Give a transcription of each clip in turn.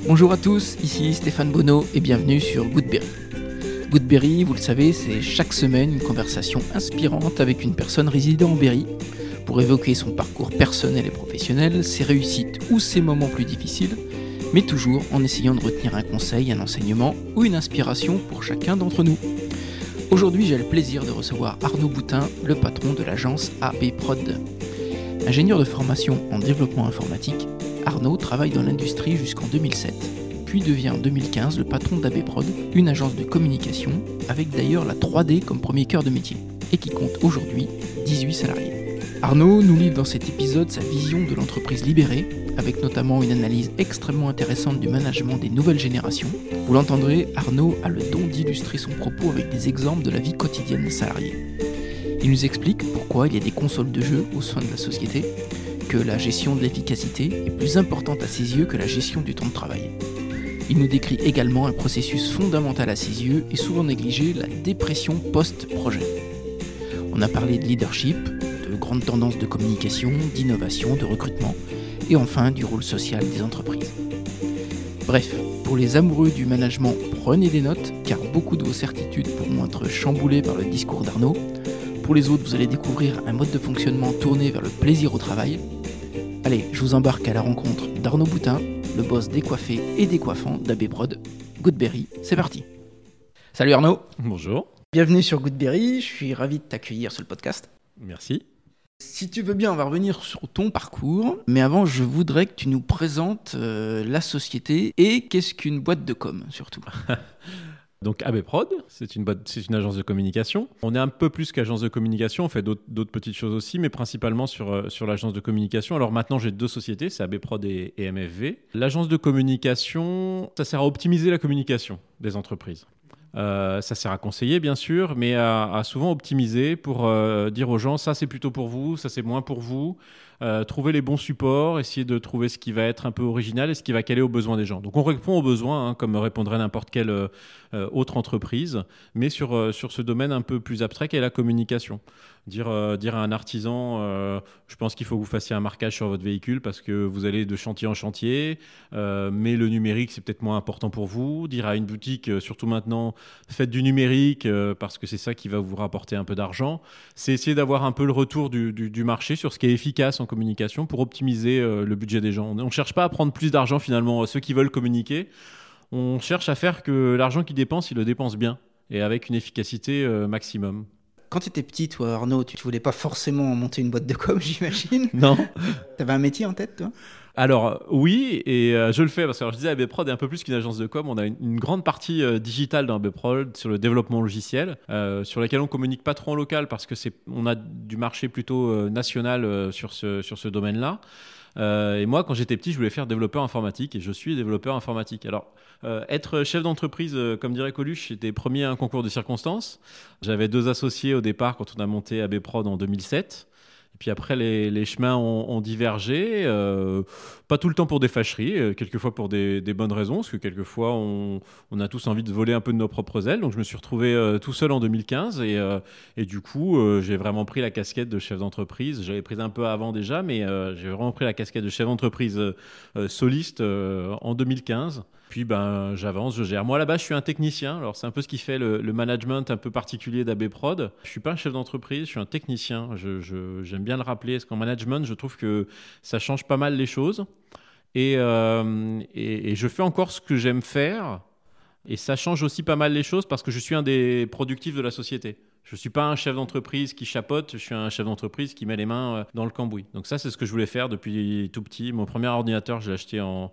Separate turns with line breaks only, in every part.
Bonjour à tous, ici Stéphane Bonneau et bienvenue sur Goodberry. Goodberry, vous le savez, c'est chaque semaine une conversation inspirante avec une personne résidant en Berry pour évoquer son parcours personnel et professionnel, ses réussites ou ses moments plus difficiles, mais toujours en essayant de retenir un conseil, un enseignement ou une inspiration pour chacun d'entre nous. Aujourd'hui, j'ai le plaisir de recevoir Arnaud Boutin, le patron de l'agence AB Prod. Ingénieur de formation en développement informatique, Arnaud travaille dans l'industrie jusqu'en 2007, puis devient en 2015 le patron d'AB Prod, une agence de communication avec d'ailleurs la 3D comme premier cœur de métier, et qui compte aujourd'hui 18 salariés. Arnaud nous livre dans cet épisode sa vision de l'entreprise libérée, avec notamment une analyse extrêmement intéressante du management des nouvelles générations. Vous l'entendrez, Arnaud a le don d'illustrer son propos avec des exemples de la vie quotidienne des salariés. Il nous explique pourquoi il y a des consoles de jeux au sein de la société, que la gestion de l'efficacité est plus importante à ses yeux que la gestion du temps de travail. Il nous décrit également un processus fondamental à ses yeux et souvent négligé, la dépression post-projet. On a parlé de leadership, de grandes tendances de communication, d'innovation, de recrutement, et enfin du rôle social des entreprises. Bref, pour les amoureux du management, prenez des notes, car beaucoup de vos certitudes pourront être chamboulées par le discours d'Arnaud. Pour les autres, vous allez découvrir un mode de fonctionnement tourné vers le plaisir au travail. Allez, je vous embarque à la rencontre d'Arnaud Boutin, le boss décoiffé et décoiffant d'AB Prod. Goodberry, c'est parti. Salut Arnaud.
Bonjour.
Bienvenue sur Goodberry, je suis ravi de t'accueillir sur le podcast.
Merci.
Si tu veux bien, on va revenir sur ton parcours, mais avant, je voudrais que tu nous présentes la société et qu'est-ce qu'une boîte de com, surtout.
Donc AB Prod, c'est une agence de communication. On est un peu plus qu'agence de communication, on fait d'autres petites choses aussi, mais principalement sur l'agence de communication. Alors maintenant, j'ai deux sociétés, c'est AB Prod et MFV. L'agence de communication, ça sert à optimiser la communication des entreprises. Ça sert à conseiller, bien sûr, mais à souvent optimiser pour dire aux gens, ça c'est plutôt pour vous, ça c'est moins pour vous. Trouver les bons supports, essayer de trouver ce qui va être un peu original et ce qui va caler aux besoins des gens. Donc on répond aux besoins, comme répondrait n'importe quelle autre entreprise, mais sur ce domaine un peu plus abstrait qu'est la communication. Dire à un artisan, je pense qu'il faut que vous fassiez un marquage sur votre véhicule parce que vous allez de chantier en chantier, mais le numérique c'est peut-être moins important pour vous. Dire à une boutique, surtout maintenant, faites du numérique parce que c'est ça qui va vous rapporter un peu d'argent. C'est essayer d'avoir un peu le retour du marché sur ce qui est efficace en communication pour optimiser le budget des gens. On ne cherche pas à prendre plus d'argent finalement, ceux qui veulent communiquer. On cherche à faire que l'argent qu'ils dépensent, ils le dépensent bien et avec une efficacité maximum.
Quand tu étais petit, toi Arnaud, tu voulais pas forcément monter une boîte de com, j'imagine.
Non.
Tu avais un métier en tête, toi ?
Alors oui, et je le fais parce que je disais AB Prod est un peu plus qu'une agence de com. On a une grande partie digitale dans AB Prod sur le développement logiciel, sur laquelle on communique pas trop en local parce que on a du marché plutôt national sur ce domaine-là. Et moi, quand j'étais petit, je voulais faire développeur informatique et je suis développeur informatique. Alors, être chef d'entreprise, comme dirait Coluche, c'était premier à un concours de circonstances. J'avais deux associés au départ quand on a monté AB Prod en 2007. Et puis après, les chemins ont divergé, pas tout le temps pour des fâcheries, quelquefois pour des bonnes raisons, parce que quelquefois on a tous envie de voler un peu de nos propres ailes. Donc je me suis retrouvé tout seul en 2015 et du coup j'ai vraiment pris la casquette de chef d'entreprise. J'avais pris un peu avant déjà, mais j'ai vraiment pris la casquette de chef d'entreprise soliste en 2015. Puis j'avance, je gère. Moi là-bas, je suis un technicien. Alors c'est un peu ce qui fait le management un peu particulier d'AB Prod. Je suis pas un chef d'entreprise, je suis un technicien. J'aime bien le rappeler, parce qu'en management, je trouve que ça change pas mal les choses. Et je fais encore ce que j'aime faire. Et ça change aussi pas mal les choses parce que je suis un des productifs de la société. Je ne suis pas un chef d'entreprise qui chapote, je suis un chef d'entreprise qui met les mains dans le cambouis. Donc ça, c'est ce que je voulais faire depuis tout petit. Mon premier ordinateur, je l'ai acheté en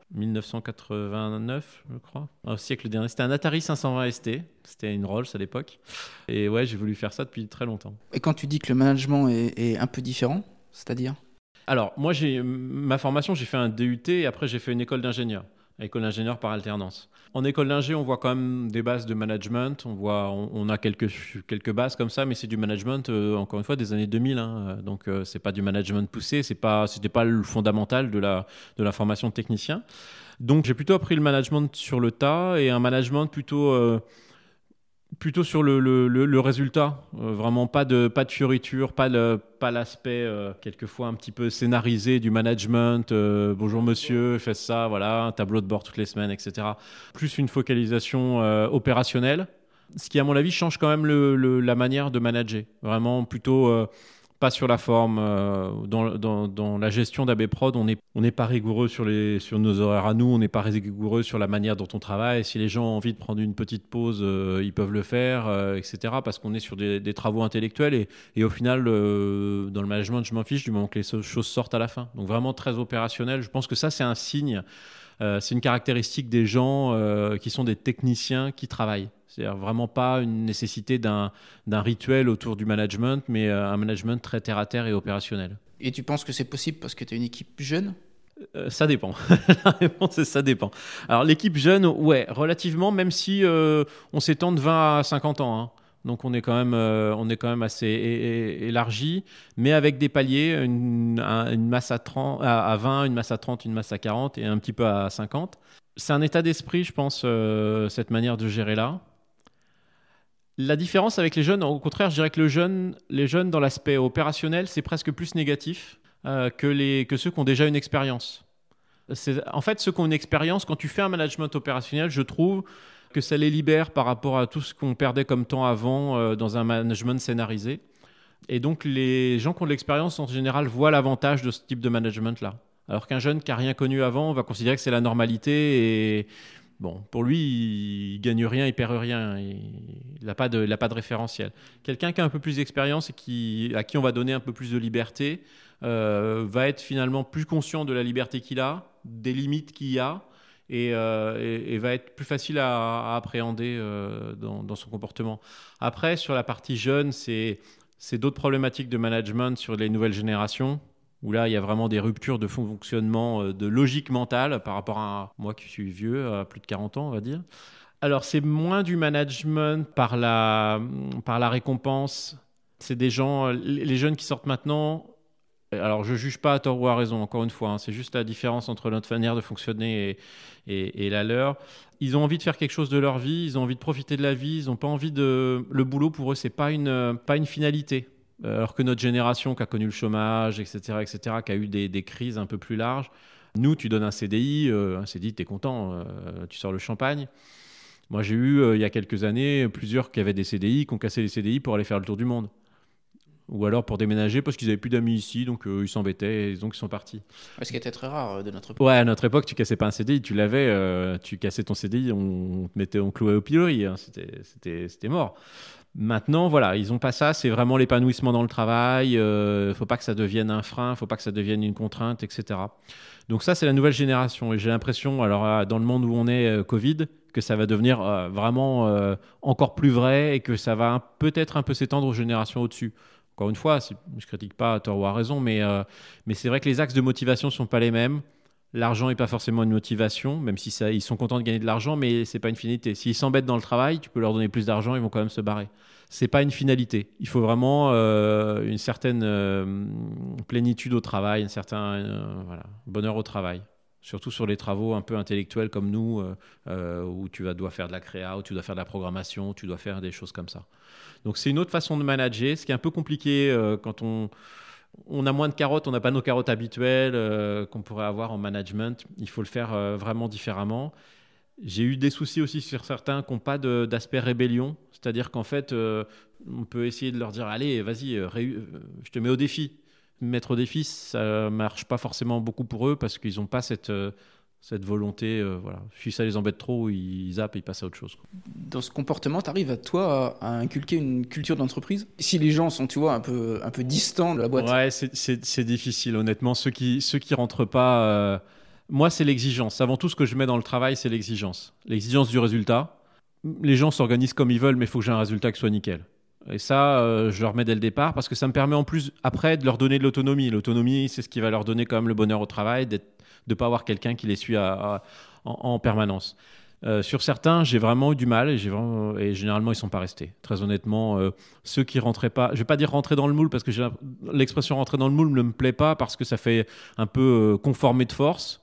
1989, je crois, au siècle dernier. C'était un Atari 520 ST, c'était une Rolls à l'époque. Et ouais, j'ai voulu faire ça depuis très longtemps.
Et quand tu dis que le management est un peu différent, c'est-à-dire ?
Alors, moi, ma formation, j'ai fait un DUT et après, j'ai fait une école d'ingénieur. École d'ingénieur par alternance. En école d'ingé, on voit quand même des bases de management, on a quelques bases comme ça, mais c'est du management, encore une fois, des années 2000. Donc, c'est pas du management poussé, c'était pas le fondamental de la formation de technicien. Donc, j'ai plutôt appris le management sur le tas et un management plutôt Plutôt sur le résultat, vraiment pas de fioriture, pas l'aspect quelquefois un petit peu scénarisé du management, bonjour monsieur, faites ça, voilà, un tableau de bord toutes les semaines, etc. Plus une focalisation opérationnelle, ce qui à mon avis change quand même la manière de manager, vraiment plutôt pas sur la forme. Dans la gestion d'AB Prod, on n'est pas rigoureux sur nos horaires à nous, on n'est pas rigoureux sur la manière dont on travaille. Si les gens ont envie de prendre une petite pause, ils peuvent le faire, etc. Parce qu'on est sur des travaux intellectuels et au final, dans le management, je m'en fiche du moment que les choses sortent à la fin. Donc vraiment très opérationnel. Je pense que ça, c'est un signe, c'est une caractéristique des gens qui sont des techniciens qui travaillent. C'est-à-dire vraiment pas une nécessité d'un rituel autour du management, mais un management très terre-à-terre et opérationnel.
Et tu penses que c'est possible parce que tu as une équipe jeune ?
Ça dépend. La réponse est ça dépend. Alors l'équipe jeune, ouais, relativement, même si on s'étend de 20 à 50 ans. Hein. Donc on est quand même assez élargi, mais avec des paliers, une masse à 20, une masse à 30, une masse à 40 et un petit peu à 50. C'est un état d'esprit, je pense, cette manière de gérer là. La différence avec les jeunes, au contraire, je dirais que les jeunes dans l'aspect opérationnel, c'est presque plus négatif que ceux qui ont déjà une expérience. En fait, ceux qui ont une expérience, quand tu fais un management opérationnel, je trouve que ça les libère par rapport à tout ce qu'on perdait comme temps avant dans un management scénarisé. Et donc, les gens qui ont de l'expérience, en général, voient l'avantage de ce type de management-là. Alors qu'un jeune qui n'a rien connu avant va considérer que c'est la normalité et... Bon, pour lui, il gagne rien, il perd rien, il n'a pas de référentiel. Quelqu'un qui a un peu plus d'expérience et à qui on va donner un peu plus de liberté va être finalement plus conscient de la liberté qu'il a, des limites qu'il y a, et va être plus facile à appréhender dans son comportement. Après, sur la partie jeune, c'est d'autres problématiques de management sur les nouvelles générations, où là, il y a vraiment des ruptures de fonctionnement, de logique mentale par rapport à moi qui suis vieux, à plus de 40 ans, on va dire. Alors, c'est moins du management par la récompense. C'est des gens, les jeunes qui sortent maintenant, alors je ne juge pas à tort ou à raison, encore une fois, hein, c'est juste la différence entre notre manière de fonctionner et la leur. Ils ont envie de faire quelque chose de leur vie, ils ont envie de profiter de la vie, ils n'ont pas envie de... Le boulot, pour eux, ce n'est pas une finalité. Alors que notre génération qui a connu le chômage, etc., qui a eu des crises un peu plus larges, nous, tu donnes un CDI, t'es content, tu sors le champagne. Moi, j'ai eu, il y a quelques années, plusieurs qui avaient des CDI, qui ont cassé les CDI pour aller faire le tour du monde. Ou alors pour déménager parce qu'ils n'avaient plus d'amis ici, donc ils s'embêtaient, et donc ils sont partis.
Ce qui était très rare de notre époque.
Ouais, à notre époque, tu cassais pas un CDI, tu l'avais, tu cassais ton CDI, on clouait au pilori, hein, c'était mort. Maintenant, voilà, ils n'ont pas ça, c'est vraiment l'épanouissement dans le travail, il ne faut pas que ça devienne un frein, il ne faut pas que ça devienne une contrainte, etc. Donc ça, c'est la nouvelle génération. Et j'ai l'impression, alors dans le monde où on est, Covid, que ça va devenir vraiment encore plus vrai et que ça va peut-être un peu s'étendre aux générations au-dessus. Encore une fois, je ne critique pas à tort ou à raison, mais c'est vrai que les axes de motivation ne sont pas les mêmes. L'argent n'est pas forcément une motivation, même si ils sont contents de gagner de l'argent, mais ce n'est pas une finalité. S'ils s'embêtent dans le travail, tu peux leur donner plus d'argent, ils vont quand même se barrer. Ce n'est pas une finalité. Il faut vraiment une certaine plénitude au travail, un certain bonheur au travail. Surtout sur les travaux un peu intellectuels comme nous, où tu dois faire de la créa, où tu dois faire de la programmation, où tu dois faire des choses comme ça. Donc c'est une autre façon de manager, ce qui est un peu compliqué quand on a moins de carottes, on n'a pas nos carottes habituelles qu'on pourrait avoir en management. Il faut le faire vraiment différemment. J'ai eu des soucis aussi sur certains qui n'ont pas d'aspect rébellion. C'est-à-dire qu'en fait, on peut essayer de leur dire « Allez, vas-y, je te mets au défi ». Mettre au défi, ça ne marche pas forcément beaucoup pour eux parce qu'ils n'ont pas cette volonté. Si ça les embête trop, ils zappent et ils passent à autre chose.
Dans ce comportement, tu arrives toi à inculquer une culture d'entreprise ? Si les gens sont, tu vois, un peu distants de la boîte.
Ouais, c'est difficile, honnêtement. Ceux qui rentrent pas, moi, c'est l'exigence. Avant tout, ce que je mets dans le travail, c'est l'exigence. L'exigence du résultat. Les gens s'organisent comme ils veulent, mais il faut que j'ai un résultat qui soit nickel. Et ça, je leur mets dès le départ parce que ça me permet en plus, après, de leur donner de l'autonomie. L'autonomie, c'est ce qui va leur donner quand même le bonheur au travail, de ne pas avoir quelqu'un qui les suit en permanence. Sur certains, j'ai vraiment eu du mal et généralement, ils ne sont pas restés. Très honnêtement, ceux qui ne rentraient pas, je ne vais pas dire rentrer dans le moule parce que l'expression rentrer dans le moule ne me plaît pas parce que ça fait un peu conformer de force.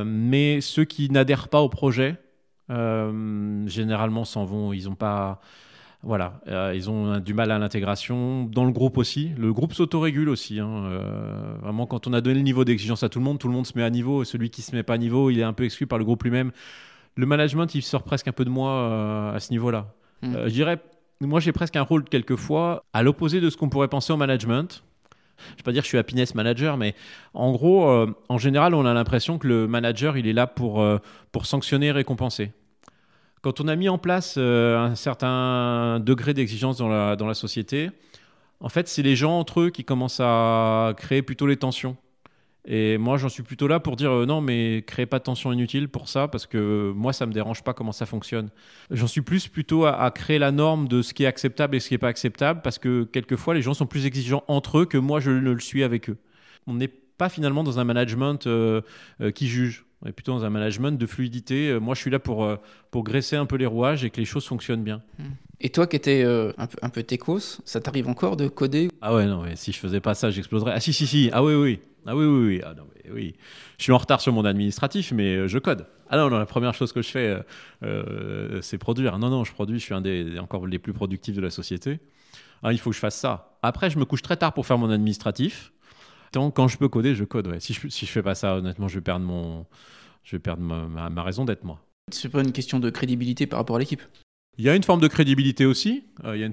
Mais ceux qui n'adhèrent pas au projet, généralement s'en vont. Ils n'ont pas... Voilà, ils ont du mal à l'intégration dans le groupe aussi. Le groupe s'autorégule aussi. Vraiment, quand on a donné le niveau d'exigence à tout le monde se met à niveau. Et celui qui se met pas à niveau, il est un peu exclu par le groupe lui-même. Le management, il sort presque un peu de moi à ce niveau-là. Je dirais, moi, j'ai presque un rôle quelquefois à l'opposé de ce qu'on pourrait penser au management. Je ne vais pas dire que je suis happiness manager, mais en gros, en général, on a l'impression que le manager, il est là pour sanctionner et récompenser. Quand on a mis en place un certain degré d'exigence dans la société, en fait, c'est les gens entre eux qui commencent à créer plutôt les tensions. Et moi, j'en suis plutôt là pour dire non, mais créez pas de tension inutile pour ça, parce que moi, ça me dérange pas comment ça fonctionne. J'en suis plutôt à créer la norme de ce qui est acceptable et ce qui est pas acceptable, parce que quelquefois, les gens sont plus exigeants entre eux que moi, je ne le suis avec eux. On n'est pas finalement dans un management qui juge. On est plutôt dans un management de fluidité. Moi, je suis là pour graisser un peu les rouages et que les choses fonctionnent bien.
Et toi qui étais un peu techos, ça t'arrive encore de coder?
Ah ouais, non, mais si je faisais pas ça, j'exploserais. Ah si. Ah oui. Ah oui. Ah non, mais oui. Je suis en retard sur mon administratif, mais je code. Ah non, la première chose que je fais, c'est produire. Non, je produis. Je suis encore les plus productifs de la société. Ah, il faut que je fasse ça. Après, je me couche très tard pour faire mon administratif. Quand je peux coder, je code. Ouais. Si je fais pas ça, honnêtement, je vais perdre ma raison d'être, moi.
C'est pas une question de crédibilité par rapport à l'équipe?
Il y a une forme de crédibilité aussi.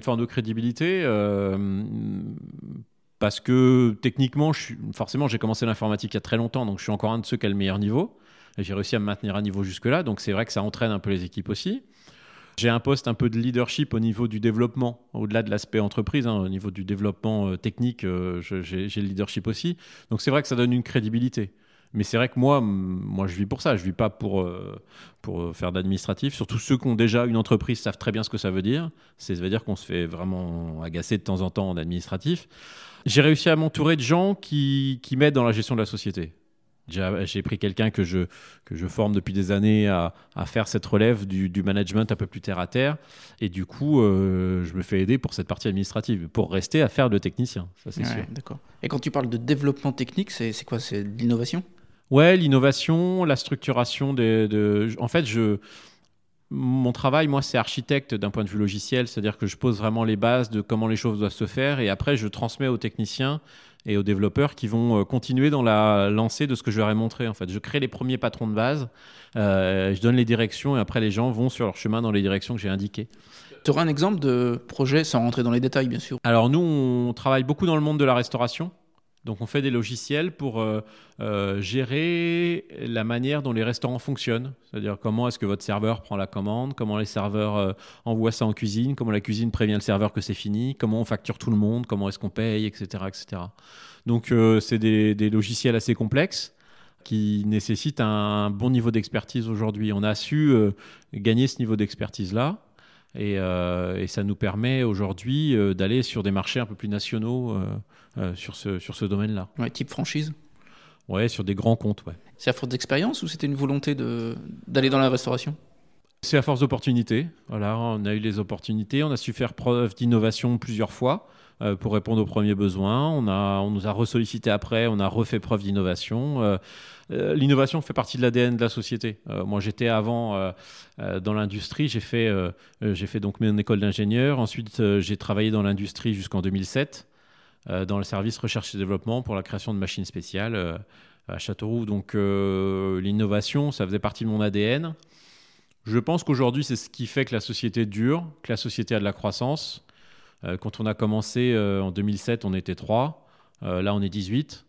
Parce que techniquement, forcément, j'ai commencé l'informatique il y a très longtemps, donc je suis encore un de ceux qui a le meilleur niveau. Et j'ai réussi à me maintenir à niveau jusque-là, donc c'est vrai que ça entraîne un peu les équipes aussi. J'ai un poste un peu de leadership au niveau du développement, au-delà de l'aspect entreprise, au niveau du développement technique, j'ai le leadership aussi. Donc c'est vrai que ça donne une crédibilité. Mais c'est vrai que moi, je vis pour ça. Je vis pas pour faire d'administratif. Surtout ceux qui ont déjà une entreprise savent très bien ce que ça veut dire. Ça veut dire qu'on se fait vraiment agacer de temps en temps en administratif. J'ai réussi à m'entourer de gens qui m'aident dans la gestion de la société. J'ai pris quelqu'un que je forme depuis des années à faire cette relève du management un peu plus terre à terre. Et du coup, je me fais aider pour cette partie administrative, pour rester à faire le technicien. Ça, c'est sûr.
D'accord. Et quand tu parles de développement technique, c'est quoi? C'est de l'innovation?
Ouais, l'innovation, la structuration En fait, mon travail, moi, c'est architecte d'un point de vue logiciel, c'est-à-dire que je pose vraiment les bases de comment les choses doivent se faire et après, je transmets aux techniciens et aux développeurs qui vont continuer dans la lancée de ce que je leur ai montré. En fait, je crée les premiers patrons de base, je donne les directions et après, les gens vont sur leur chemin dans les directions que j'ai indiquées.
Tu auras un exemple de projet, sans rentrer dans les détails, bien sûr?
Alors, nous, on travaille beaucoup dans le monde de la restauration. Donc, on fait des logiciels pour gérer la manière dont les restaurants fonctionnent. C'est-à-dire comment est-ce que votre serveur prend la commande, comment les serveurs envoient ça en cuisine, comment la cuisine prévient le serveur que c'est fini, comment on facture tout le monde, comment est-ce qu'on paye, etc. etc. Donc, c'est des logiciels assez complexes qui nécessitent un bon niveau d'expertise aujourd'hui. On a su gagner ce niveau d'expertise-là. Et ça nous permet aujourd'hui d'aller sur des marchés un peu plus nationaux sur ce domaine-là.
Ouais, type franchise?
Ouais, sur des grands comptes, ouais.
C'est à force d'expérience ou c'était une volonté d'aller dans la restauration?
C'est à force d'opportunités. Voilà, on a eu les opportunités, on a su faire preuve d'innovation plusieurs fois pour répondre aux premiers besoins. On nous a ressollicité après, on a refait preuve d'innovation. L'innovation fait partie de l'ADN de la société. Moi, j'étais avant dans l'industrie. J'ai fait donc mon école d'ingénieur. Ensuite, j'ai travaillé dans l'industrie jusqu'en 2007 dans le service recherche et développement pour la création de machines spéciales à Châteauroux. Donc, l'innovation, ça faisait partie de mon ADN. Je pense qu'aujourd'hui, c'est ce qui fait que la société dure, que la société a de la croissance. Quand on a commencé en 2007, on était 3. Là, on est 18.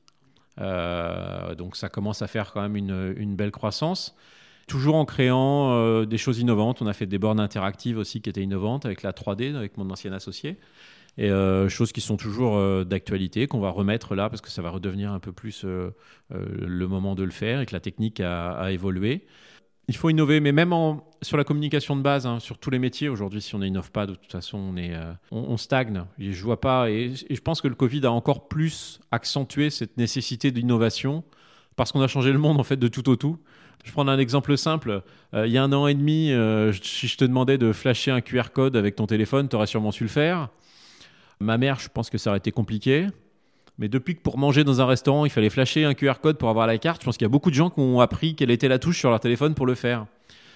Donc ça commence à faire quand même une belle croissance. Toujours en créant des choses innovantes. On a fait des bornes interactives aussi qui étaient innovantes avec la 3D, avec mon ancien associé. Et choses qui sont toujours d'actualité, qu'on va remettre là parce que ça va redevenir un peu plus le moment de le faire et que la technique a évolué. Il faut innover, mais même sur la communication de base, sur tous les métiers, aujourd'hui, si on n'innove pas, de toute façon, on stagne. Et je vois pas, et je pense que le Covid a encore plus accentué cette nécessité d'innovation parce qu'on a changé le monde, en fait, de tout au tout. Je prends un exemple simple. Il y a 1 an et demi, si je te demandais de flasher un QR code avec ton téléphone, tu aurais sûrement su le faire. Ma mère, je pense que ça aurait été compliqué. Mais depuis que pour manger dans un restaurant, il fallait flasher un QR code pour avoir la carte, je pense qu'il y a beaucoup de gens qui ont appris quelle était la touche sur leur téléphone pour le faire.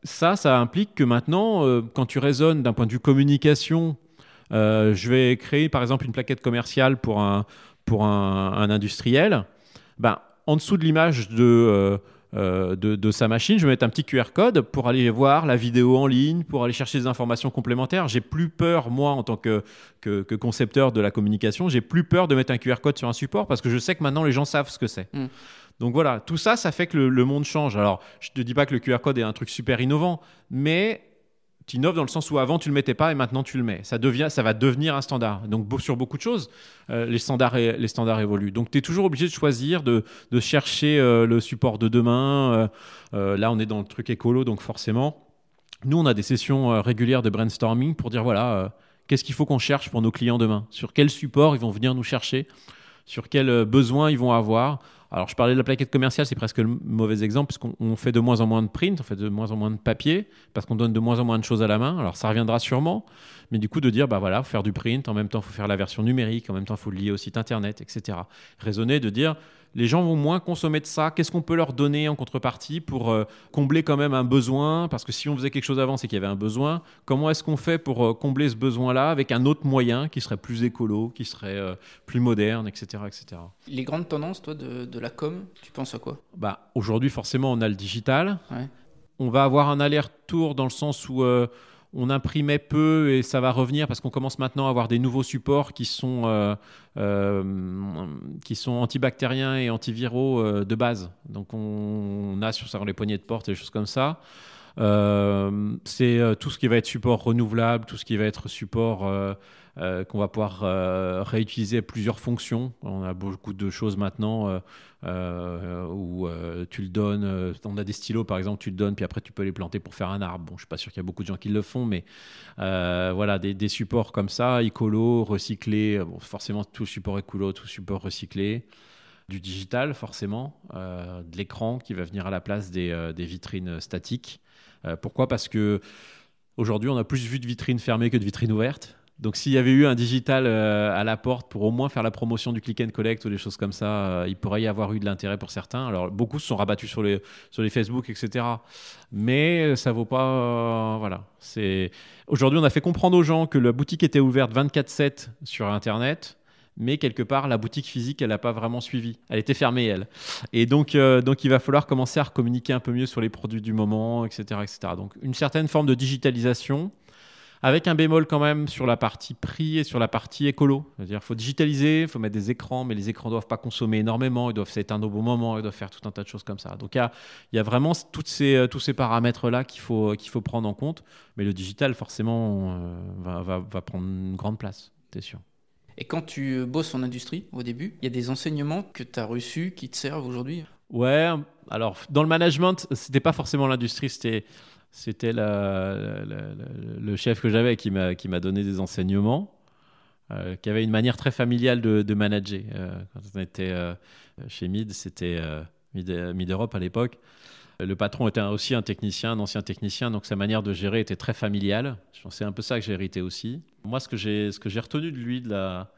ça implique que maintenant, quand tu raisonnes d'un point de vue communication, je vais créer par exemple une plaquette commerciale pour un industriel. Ben, en dessous de l'image de sa machine, je vais mettre un petit QR code pour aller voir la vidéo en ligne, pour aller chercher des informations complémentaires. J'ai plus peur, moi, en tant que concepteur de la communication, j'ai plus peur de mettre un QR code sur un support parce que je sais que maintenant les gens savent ce que c'est. Donc voilà, tout ça, ça fait que le monde change. Alors, je ne te dis pas que le QR code est un truc super innovant, mais tu innoves dans le sens où avant tu ne le mettais pas et maintenant tu le mets. Ça va devenir un standard. Donc sur beaucoup de choses, les standards évoluent. Donc tu es toujours obligé de choisir, de chercher le support de demain. Là, on est dans le truc écolo, donc forcément, nous, on a des sessions régulières de brainstorming pour dire, voilà, qu'est-ce qu'il faut qu'on cherche pour nos clients demain ? Sur quel support ils vont venir nous chercher ? Sur quels besoins ils vont avoir ? Alors, je parlais de la plaquette commerciale, c'est presque le mauvais exemple, parce qu'on fait de moins en moins de print, on fait de moins en moins de papier, parce qu'on donne de moins en moins de choses à la main. Alors, ça reviendra sûrement, mais du coup, de dire, bah voilà, faut faire du print, en même temps, il faut faire la version numérique, en même temps, il faut le lier au site internet, etc. Raisonner, de dire, les gens vont moins consommer de ça, qu'est-ce qu'on peut leur donner en contrepartie pour combler quand même un besoin ? Parce que si on faisait quelque chose avant, c'est qu'il y avait un besoin. Comment est-ce qu'on fait pour combler ce besoin-là avec un autre moyen qui serait plus écolo, qui serait plus moderne, etc., etc.
Les grandes tendances, toi, de la com, tu penses à quoi ?
Bah, aujourd'hui, forcément, on a le digital.
Ouais.
On va avoir un aller-retour dans le sens où on imprimait peu et ça va revenir parce qu'on commence maintenant à avoir des nouveaux supports qui sont antibactériens et antiviraux de base. Donc on a sur les poignées de porte et des choses comme ça. C'est tout ce qui va être support renouvelable, tout ce qui va être support qu'on va pouvoir réutiliser à plusieurs fonctions. On a beaucoup de choses maintenant où tu le donnes. On a des stylos, par exemple, tu le donnes, puis après tu peux les planter pour faire un arbre. Bon, je ne suis pas sûr qu'il y a beaucoup de gens qui le font, mais voilà, des supports comme ça, écolo, recyclés. Bon, forcément, tout support écolo, tout support recyclé. Du digital, forcément, de l'écran qui va venir à la place des vitrines statiques. Pourquoi ? Parce que aujourd'hui, on a plus vu de vitrines fermées que de vitrines ouvertes. Donc, s'il y avait eu un digital à la porte pour au moins faire la promotion du click and collect ou des choses comme ça, il pourrait y avoir eu de l'intérêt pour certains. Alors, beaucoup se sont rabattus sur les Facebook, etc. Mais ça vaut pas. Voilà. Aujourd'hui, on a fait comprendre aux gens que la boutique était ouverte 24/7 sur Internet. Mais quelque part, la boutique physique, elle n'a pas vraiment suivi. Elle était fermée, elle. Et donc, il va falloir commencer à communiquer un peu mieux sur les produits du moment, etc., etc. Donc, une certaine forme de digitalisation, avec un bémol quand même sur la partie prix et sur la partie écolo. C'est-à-dire qu'il faut digitaliser, il faut mettre des écrans, mais les écrans ne doivent pas consommer énormément, ils doivent s'éteindre au bon moment, ils doivent faire tout un tas de choses comme ça. Donc, il y a vraiment tous ces paramètres-là qu'il faut prendre en compte. Mais le digital, forcément, va prendre une grande place, c'est sûr.
Et quand tu bosses en industrie, au début, il y a des enseignements que tu as reçus qui te servent aujourd'hui ?
Ouais, alors dans le management, c'était pas forcément l'industrie, c'était le chef que j'avais qui m'a donné des enseignements, qui avait une manière très familiale de manager. Quand on était chez Mid, c'était Mid Europe à l'époque. Le patron était aussi un technicien, un ancien technicien, donc sa manière de gérer était très familiale. Je pense que c'est un peu ça que j'ai hérité aussi. Moi, ce que j'ai retenu de lui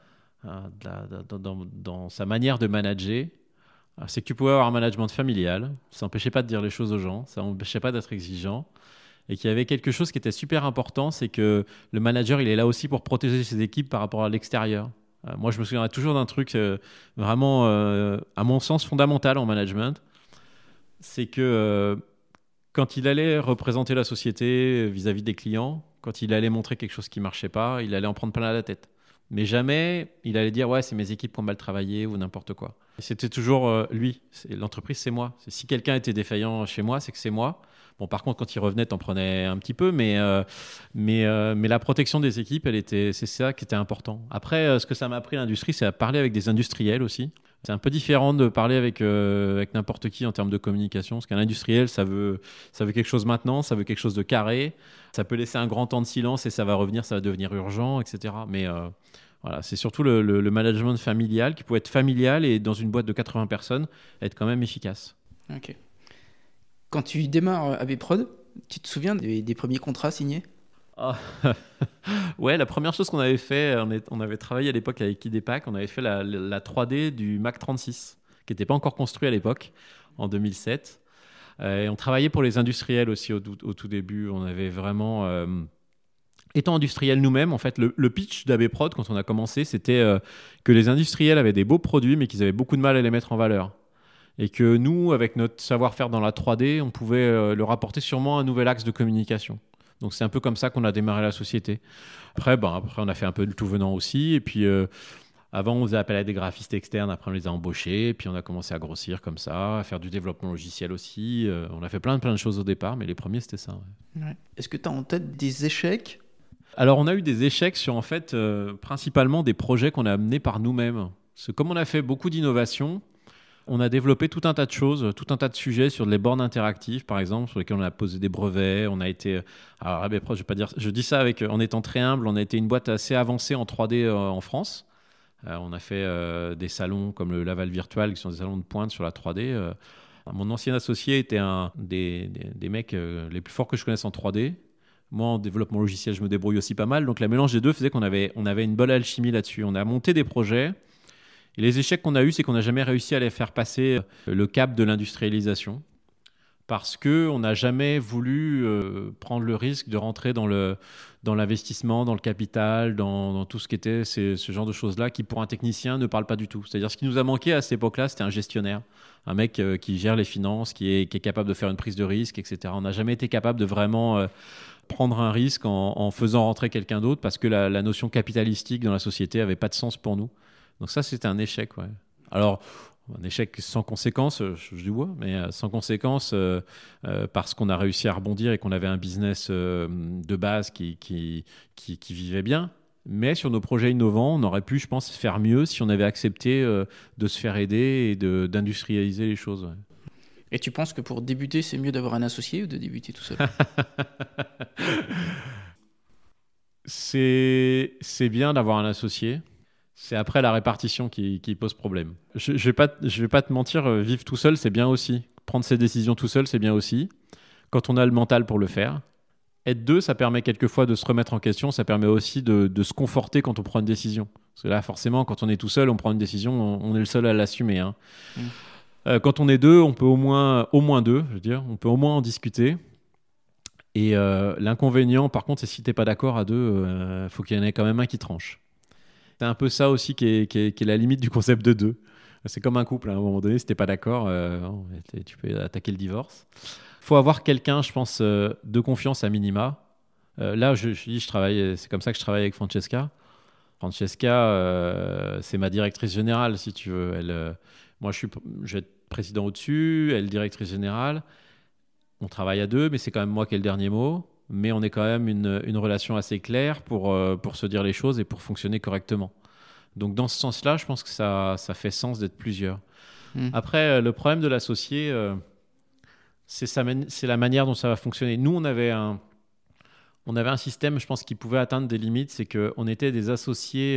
dans sa manière de manager, c'est que tu pouvais avoir un management familial, ça n'empêchait pas de dire les choses aux gens, ça n'empêchait pas d'être exigeant, et qu'il y avait quelque chose qui était super important, c'est que le manager, il est là aussi pour protéger ses équipes par rapport à l'extérieur. Moi, je me souviendrai toujours d'un truc vraiment, à mon sens, fondamental en management. C'est que quand il allait représenter la société vis-à-vis des clients, quand il allait montrer quelque chose qui ne marchait pas, il allait en prendre plein la tête. Mais jamais il allait dire « ouais, c'est mes équipes qui ont mal travaillé » ou n'importe quoi. Et c'était toujours lui. L'entreprise, c'est moi. Si quelqu'un était défaillant chez moi, c'est que c'est moi. Bon, par contre, quand il revenait, t'en prenais un petit peu, mais la protection des équipes, c'est ça qui était important. Après, ce que ça m'a appris l'industrie, c'est à parler avec des industriels aussi. C'est un peu différent de parler avec n'importe qui en termes de communication, parce qu'un industriel, ça veut quelque chose maintenant, ça veut quelque chose de carré, ça peut laisser un grand temps de silence et ça va revenir, ça va devenir urgent, etc. Mais voilà, c'est surtout le management familial qui peut être familial et dans une boîte de 80 personnes, être quand même efficace.
Ok. Quand tu démarres AB Prod, tu te souviens des premiers contrats signés ?
Ouais, la première chose qu'on avait fait, on avait travaillé à l'époque avec Idepak, on avait fait la 3D du Mac 36, qui n'était pas encore construit à l'époque, en 2007. Et on travaillait pour les industriels aussi au tout début. On avait vraiment... étant industriel nous-mêmes, en fait, le pitch d'AB Prod, quand on a commencé, c'était que les industriels avaient des beaux produits, mais qu'ils avaient beaucoup de mal à les mettre en valeur. Et que nous, avec notre savoir-faire dans la 3D, on pouvait leur apporter sûrement un nouvel axe de communication. Donc c'est un peu comme ça qu'on a démarré la société. Après, on a fait un peu de tout venant aussi. Et puis avant, on faisait appel à des graphistes externes. Après, on les a embauchés. Et puis on a commencé à grossir comme ça, à faire du développement logiciel aussi. On a fait plein de choses au départ, mais les premiers, c'était ça. Ouais.
Ouais. Est-ce que tu as en tête des échecs ?
Alors, on a eu des échecs sur, en fait, principalement des projets qu'on a amenés par nous-mêmes. Parce que comme on a fait beaucoup d'innovations, on a développé tout un tas de choses, tout un tas de sujets sur les bornes interactives, par exemple, sur lesquels on a posé des brevets. On a été... Alors, AB Prod, je dis ça en étant très humble, on a été une boîte assez avancée en 3D en France. On a fait des salons comme le Laval Virtual, qui sont des salons de pointe sur la 3D. Mon ancien associé était un des mecs les plus forts que je connaisse en 3D. Moi, en développement logiciel, je me débrouille aussi pas mal. Donc, le mélange des deux faisait qu'on avait une bonne alchimie là-dessus. On a monté des projets. Et les échecs qu'on a eus, c'est qu'on n'a jamais réussi à les faire passer le cap de l'industrialisation. Parce qu'on n'a jamais voulu prendre le risque de rentrer dans l'investissement, dans le capital, dans tout ce qui était ce genre de choses-là qui, pour un technicien, ne parle pas du tout. C'est-à-dire, ce qui nous a manqué à cette époque-là, c'était un gestionnaire. Un mec qui gère les finances, qui est capable de faire une prise de risque, etc. On n'a jamais été capable de vraiment prendre un risque en faisant rentrer quelqu'un d'autre parce que la notion capitalistique dans la société n'avait pas de sens pour nous. Donc ça, c'était un échec. Ouais. Alors, un échec sans conséquence, je dis ouais, mais sans conséquence parce qu'on a réussi à rebondir et qu'on avait un business de base qui vivait bien. Mais sur nos projets innovants, on aurait pu, je pense, faire mieux si on avait accepté de se faire aider et d'industrialiser les choses. Ouais.
Et tu penses que pour débuter, c'est mieux d'avoir un associé ou de débuter tout seul ?
C'est bien d'avoir un associé. C'est après la répartition qui pose problème. Je vais pas te mentir, vivre tout seul, c'est bien aussi. Prendre ses décisions tout seul, c'est bien aussi. Quand on a le mental pour le faire. Être deux, ça permet quelquefois de se remettre en question. Ça permet aussi de se conforter quand on prend une décision. Parce que là, forcément, quand on est tout seul, on prend une décision, on est le seul à l'assumer. Hein. Quand on est deux, on peut au moins deux, je veux dire. On peut au moins en discuter. Et l'inconvénient, par contre, c'est si t'es pas d'accord à deux, faut qu'il y en ait quand même un qui tranche. C'est un peu ça aussi qui est la limite du concept de deux. C'est comme un couple, hein. À un moment donné, si t'es pas d'accord, tu peux attaquer le divorce. Il faut avoir quelqu'un, je pense, de confiance à minima. Là, je travaille, c'est comme ça que je travaille avec Francesca. Francesca, c'est ma directrice générale, si tu veux. Moi, je vais être président au-dessus, elle directrice générale. On travaille à deux, mais c'est quand même moi qui ai le dernier mot. Mais on est quand même une relation assez claire pour se dire les choses et pour fonctionner correctement. Donc dans ce sens-là, je pense que ça fait sens d'être plusieurs. Après, le problème de l'associé, c'est la manière dont ça va fonctionner. Nous, on avait un système, je pense, qui pouvait atteindre des limites. C'est qu'on était des associés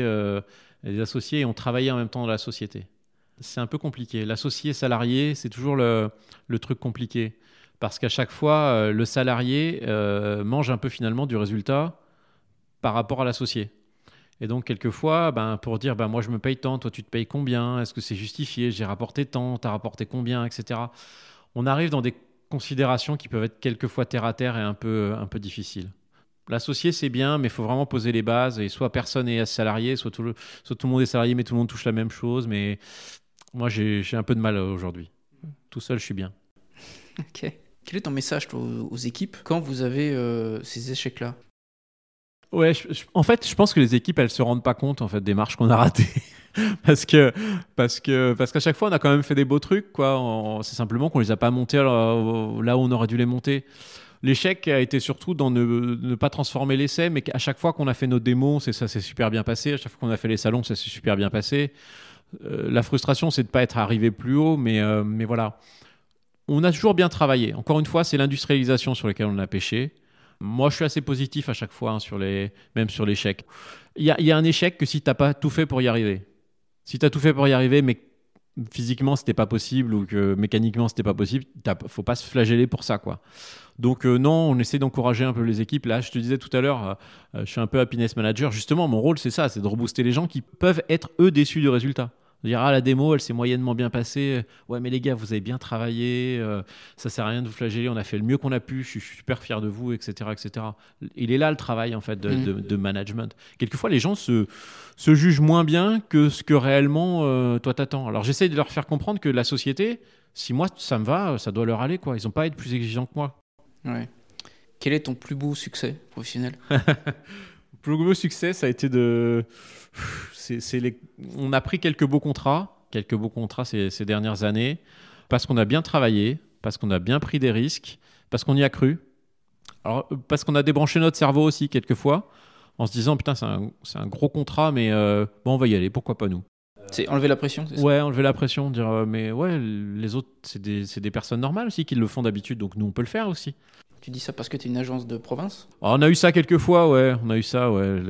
et on travaillait en même temps dans la société. C'est un peu compliqué. L'associé salarié, c'est toujours le truc compliqué. Parce qu'à chaque fois, le salarié mange un peu finalement du résultat par rapport à l'associé. Et donc, quelquefois, pour dire moi, je me paye tant, toi, tu te payes combien ? Est-ce que c'est justifié ? J'ai rapporté tant, tu as rapporté combien, etc. On arrive dans des considérations qui peuvent être quelquefois terre à terre et un peu difficiles. L'associé, c'est bien, mais il faut vraiment poser les bases. Et soit personne est salarié, soit tout le monde est salarié, mais tout le monde touche la même chose. Mais moi, j'ai un peu de mal aujourd'hui. Tout seul, je suis bien.
Ok. Quel est ton message aux équipes quand vous avez ces échecs-là ?
Ouais, en fait, je pense que les équipes, elles se rendent pas compte en fait des marches qu'on a ratées, parce qu'à chaque fois, on a quand même fait des beaux trucs, quoi. C'est simplement qu'on les a pas montés là où on aurait dû les monter. L'échec a été surtout dans ne pas transformer l'essai, mais à chaque fois qu'on a fait nos démos, ça s'est super bien passé. À chaque fois qu'on a fait les salons, ça s'est super bien passé. La frustration, c'est de pas être arrivé plus haut, mais voilà. On a toujours bien travaillé. Encore une fois, c'est l'industrialisation sur laquelle on a pêché. Moi, je suis assez positif à chaque fois, même sur l'échec. Il y a un échec que si tu n'as pas tout fait pour y arriver. Si tu as tout fait pour y arriver, mais physiquement, ce n'était pas possible ou que mécaniquement, ce n'était pas possible, il ne faut pas se flageller pour ça, quoi. Donc non, on essaie d'encourager un peu les équipes. Là, je te disais tout à l'heure, je suis un peu happiness manager. Justement, mon rôle, c'est ça, c'est de rebooster les gens qui peuvent être, eux, déçus du résultat. Dire, ah, la démo, elle s'est moyennement bien passée. Ouais, mais les gars, vous avez bien travaillé. Ça sert à rien de vous flageller. On a fait le mieux qu'on a pu. Je suis super fier de vous, etc., etc. Il est là le travail en fait de management. Quelquefois, les gens se jugent moins bien que ce que réellement toi t'attends. Alors, j'essaye de leur faire comprendre que la société, si moi ça me va, ça doit leur aller, quoi. Ils n'ont pas à être plus exigeants que moi.
Ouais. Quel est ton plus beau succès professionnel?
Le plus gros succès, ça a été de. On a pris quelques beaux contrats ces dernières années, parce qu'on a bien travaillé, parce qu'on a bien pris des risques, parce qu'on y a cru. Alors, parce qu'on a débranché notre cerveau aussi, quelquefois, en se disant, putain, c'est un gros contrat, mais bon, on va y aller, pourquoi pas nous?
C'est enlever la pression, c'est ça?
Ouais, enlever la pression, dire, mais ouais, les autres, c'est des personnes normales aussi qui le font d'habitude, donc nous, on peut le faire aussi.
Tu dis ça parce que tu es une agence de province?
Alors, on a eu ça quelques fois, ouais. On a eu ça, ouais.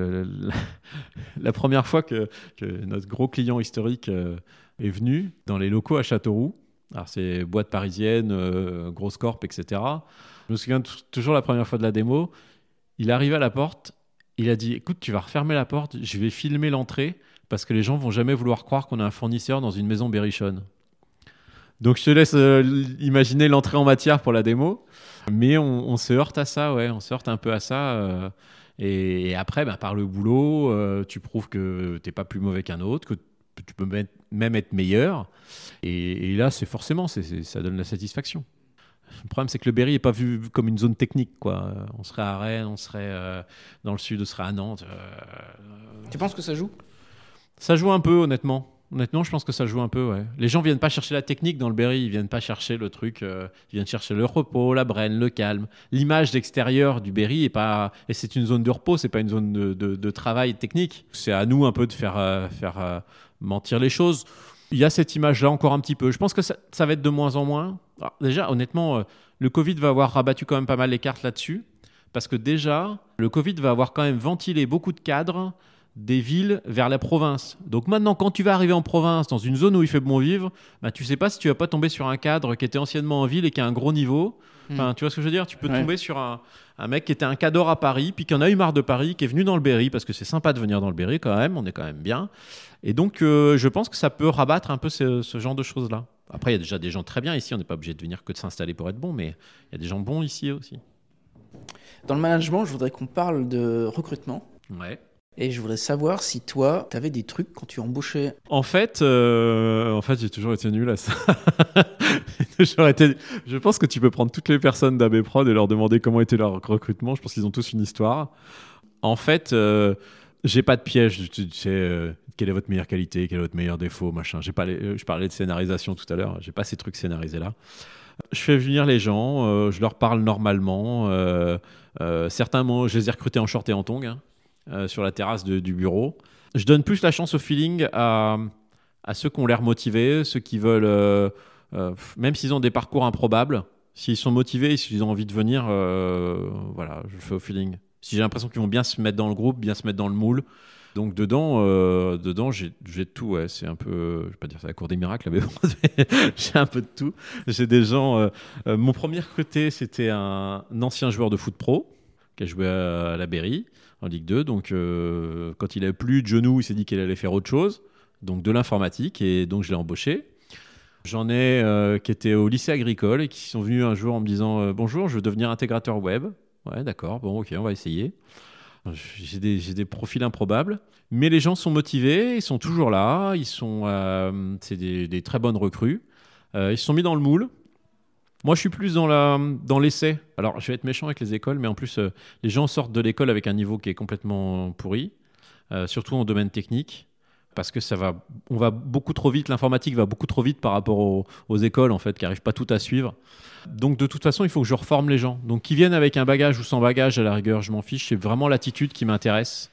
La première fois que notre gros client historique est venu dans les locaux à Châteauroux, alors c'est boîte parisienne, grosse corp, etc. Je me souviens toujours la première fois de la démo. Il arrive à la porte, il a dit, écoute, tu vas refermer la porte, je vais filmer l'entrée parce que les gens vont jamais vouloir croire qu'on a un fournisseur dans une maison berrichonne. Donc je te laisse imaginer l'entrée en matière pour la démo. Mais on se heurte à ça, ouais, on se heurte un peu à ça. Et après, par le boulot, tu prouves que tu n'es pas plus mauvais qu'un autre, que tu peux même être meilleur. Et là, c'est forcément, ça donne la satisfaction. Le problème, c'est que le Berry n'est pas vu comme une zone technique, quoi. On serait à Rennes, on serait dans le sud, on serait à Nantes.
Tu penses que ça joue?
Ça joue un peu, honnêtement. Honnêtement, je pense que ça joue un peu, ouais. Les gens viennent pas chercher la technique dans le Berry, ils viennent pas chercher le truc, ils viennent chercher le repos, la braine, le calme. L'image d'extérieur du Berry est pas, et c'est une zone de repos, c'est pas une zone de travail technique. C'est à nous un peu de faire mentir les choses. Il y a cette image-là encore un petit peu. Je pense que ça va être de moins en moins. Alors, déjà, honnêtement, le Covid va avoir rabattu quand même pas mal les cartes là-dessus, parce que déjà, le Covid va avoir quand même ventilé beaucoup de cadres des villes vers la province. Donc maintenant, quand tu vas arriver en province, dans une zone où il fait bon vivre, tu sais pas si tu vas pas tomber sur un cadre qui était anciennement en ville et qui a un gros niveau. Enfin, tu vois ce que je veux dire? Tu peux tomber sur un mec qui était un cadre à Paris, puis qui en a eu marre de Paris, qui est venu dans le Berry, parce que c'est sympa de venir dans le Berry quand même, on est quand même bien. Et donc, je pense que ça peut rabattre un peu ce genre de choses-là. Après, il y a déjà des gens très bien ici, on n'est pas obligé de venir que de s'installer pour être bon, mais il y a des gens bons ici aussi.
Dans le management, je voudrais qu'on parle de recrutement.
Ouais.
Et je voudrais savoir si toi, tu avais des trucs quand tu embauchais.
En fait, j'ai toujours été nul à ça. Je pense que tu peux prendre toutes les personnes d'AB Prod et leur demander comment était leur recrutement. Je pense qu'ils ont tous une histoire. En fait, j'ai pas de piège. Tu sais, quelle est votre meilleure qualité, quel est votre meilleur défaut, machin. Je parlais de scénarisation tout à l'heure. J'ai pas ces trucs scénarisés là. Je fais venir les gens, je leur parle normalement. Certains, je les ai recrutés en short et en tongs. Sur la terrasse du bureau. Je donne plus la chance au feeling à ceux qui ont l'air motivés, ceux qui veulent, même s'ils ont des parcours improbables, s'ils sont motivés et s'ils ont envie de venir, voilà, je fais au feeling. Si j'ai l'impression qu'ils vont bien se mettre dans le groupe, bien se mettre dans le moule. Donc dedans j'ai tout, ouais. C'est un peu, je vais pas dire c'est la cour des miracles, mais bon, j'ai un peu de tout. J'ai des gens. Mon premier recruté, c'était un ancien joueur de foot pro qui a joué à la Berry en Ligue 2. Donc, quand il n'avait plus de genoux, il s'est dit qu'il allait faire autre chose, donc de l'informatique, et donc je l'ai embauché. J'en ai qui étaient au lycée agricole et qui sont venus un jour en me disant bonjour, je veux devenir intégrateur web. Ouais, d'accord, bon, ok, on va essayer. J'ai des profils improbables, mais les gens sont motivés, ils sont toujours là, c'est des très bonnes recrues. Ils se sont mis dans le moule. Moi, je suis plus dans l'essai. Alors, je vais être méchant avec les écoles, mais en plus, les gens sortent de l'école avec un niveau qui est complètement pourri, surtout en domaine technique, parce que on va beaucoup trop vite. L'informatique va beaucoup trop vite par rapport aux écoles, en fait, qui n'arrivent pas toutes à suivre. Donc, de toute façon, il faut que je reforme les gens. Donc, qu'ils viennent avec un bagage ou sans bagage, à la rigueur, je m'en fiche. C'est vraiment l'attitude qui m'intéresse.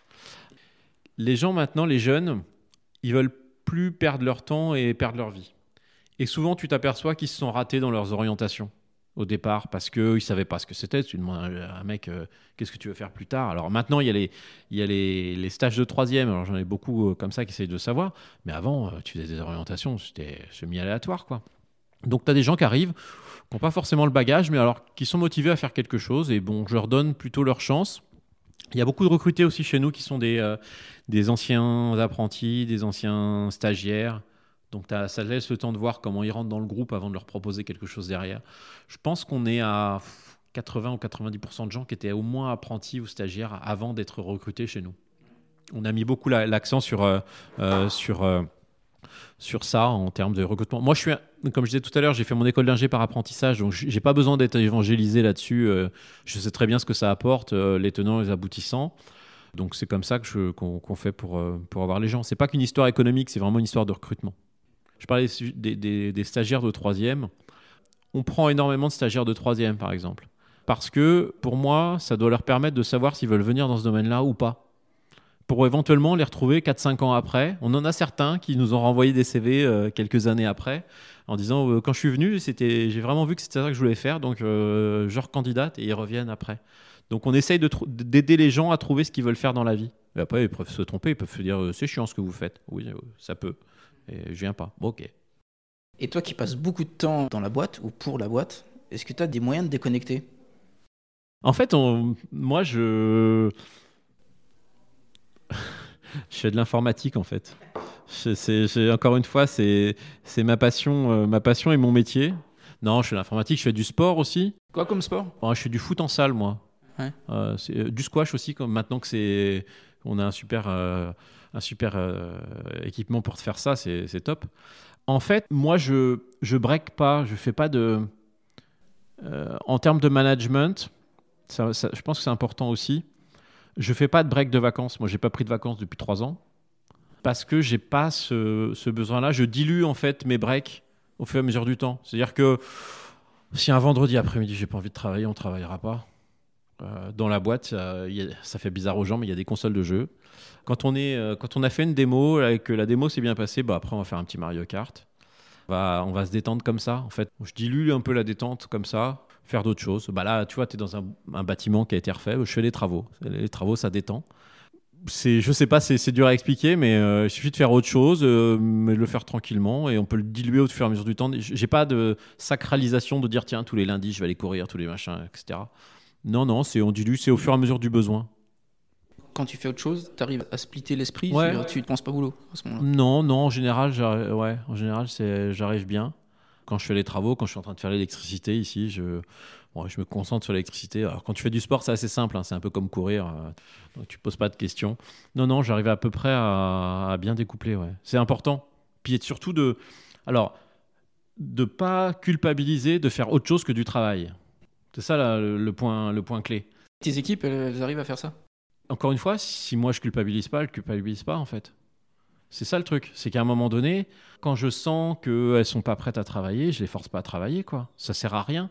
Les gens, maintenant, les jeunes, ils veulent plus perdre leur temps et perdre leur vie. Et souvent, tu t'aperçois qu'ils se sont ratés dans leurs orientations au départ parce qu'ils ne savaient pas ce que c'était. Tu demandes à un mec, qu'est-ce que tu veux faire plus tard? Alors maintenant, il y a les stages de troisième. Alors j'en ai beaucoup comme ça qui essayent de savoir. Mais avant, tu faisais des orientations, c'était semi-aléatoire, quoi. Donc tu as des gens qui arrivent, qui n'ont pas forcément le bagage, mais alors qui sont motivés à faire quelque chose. Et bon, je leur donne plutôt leur chance. Il y a beaucoup de recrutés aussi chez nous qui sont des anciens apprentis, des anciens stagiaires. Donc ça laisse le temps de voir comment ils rentrent dans le groupe avant de leur proposer quelque chose derrière. Je pense qu'on est à 80 ou 90% de gens qui étaient au moins apprentis ou stagiaires avant d'être recrutés chez nous. On a mis beaucoup l'accent sur ça en termes de recrutement. Moi, comme je disais tout à l'heure, j'ai fait mon école d'ingé par apprentissage, donc j'ai pas besoin d'être évangélisé là-dessus. Je sais très bien ce que ça apporte, les tenants et les aboutissants. Donc c'est comme ça qu'on fait pour avoir les gens. C'est pas qu'une histoire économique, c'est vraiment une histoire de recrutement. Je parlais des stagiaires de troisième. On prend énormément de stagiaires de troisième, par exemple. Parce que, pour moi, ça doit leur permettre de savoir s'ils veulent venir dans ce domaine-là ou pas. Pour éventuellement les retrouver 4-5 ans après. On en a certains qui nous ont renvoyé des CV quelques années après, en disant quand je suis venu, j'ai vraiment vu que c'était ça que je voulais faire, donc je recandidate, et ils reviennent après. Donc on essaye d'aider les gens à trouver ce qu'ils veulent faire dans la vie. Et après, ils peuvent se tromper, ils peuvent se dire c'est chiant ce que vous faites. Oui, ça peut. Et je viens pas. Bon, ok.
Et toi qui passes beaucoup de temps dans la boîte ou pour la boîte, est-ce que tu as des moyens de déconnecter ?
En fait, moi, je fais de l'informatique, en fait. Encore une fois, c'est ma passion et mon métier. Non, je fais de l'informatique, je fais du sport aussi.
Quoi comme sport ?
Je fais du foot en salle, moi.
Ouais.
Du squash aussi, comme maintenant que on a un super équipement pour faire ça, c'est top. En fait, moi, je break pas, je fais pas de... en termes de management, je pense que c'est important aussi. Je fais pas de break de vacances. Moi, j'ai pas pris de vacances depuis 3 ans parce que j'ai pas ce besoin-là. Je dilue en fait mes breaks au fur et à mesure du temps. C'est-à-dire que si un vendredi après-midi j'ai pas envie de travailler, on travaillera pas. Dans la boîte, ça fait bizarre aux gens, mais il y a des consoles de jeux. Quand on a fait une démo et que la démo s'est bien passée, après on va faire un petit Mario Kart. On va se détendre comme ça. En fait, je dilue un peu la détente comme ça. Faire d'autres choses. Là, tu vois, tu es dans un bâtiment qui a été refait. Je fais les travaux. Les travaux, ça détend. Je sais pas, c'est dur à expliquer, mais il suffit de faire autre chose, mais de le faire tranquillement, et on peut le diluer au fur et à mesure du temps. J'ai pas de sacralisation de dire, tiens, tous les lundis, je vais aller courir, tous les machins, etc. Non, on dilue, c'est au fur et à mesure du besoin.
Quand tu fais autre chose, tu arrives à splitter l'esprit,
ouais.
Tu ne penses pas boulot à ce moment-là.
Non, en général, j'arrive bien. Quand je fais les travaux, quand je suis en train de faire l'électricité ici, je me concentre sur l'électricité. Alors, quand tu fais du sport, c'est assez simple, c'est un peu comme courir, donc tu ne poses pas de questions. Non, j'arrive à peu près à bien découpler, ouais. C'est important. Puis surtout de pas culpabiliser de faire autre chose que du travail. C'est ça là, le point clé.
Tes équipes, elles arrivent à faire ça ?
Encore une fois, si moi je culpabilise pas, elles culpabilisent pas en fait. C'est ça le truc, c'est qu'à un moment donné, quand je sens qu'elles sont pas prêtes à travailler, je les force pas à travailler, quoi. Ça sert à rien.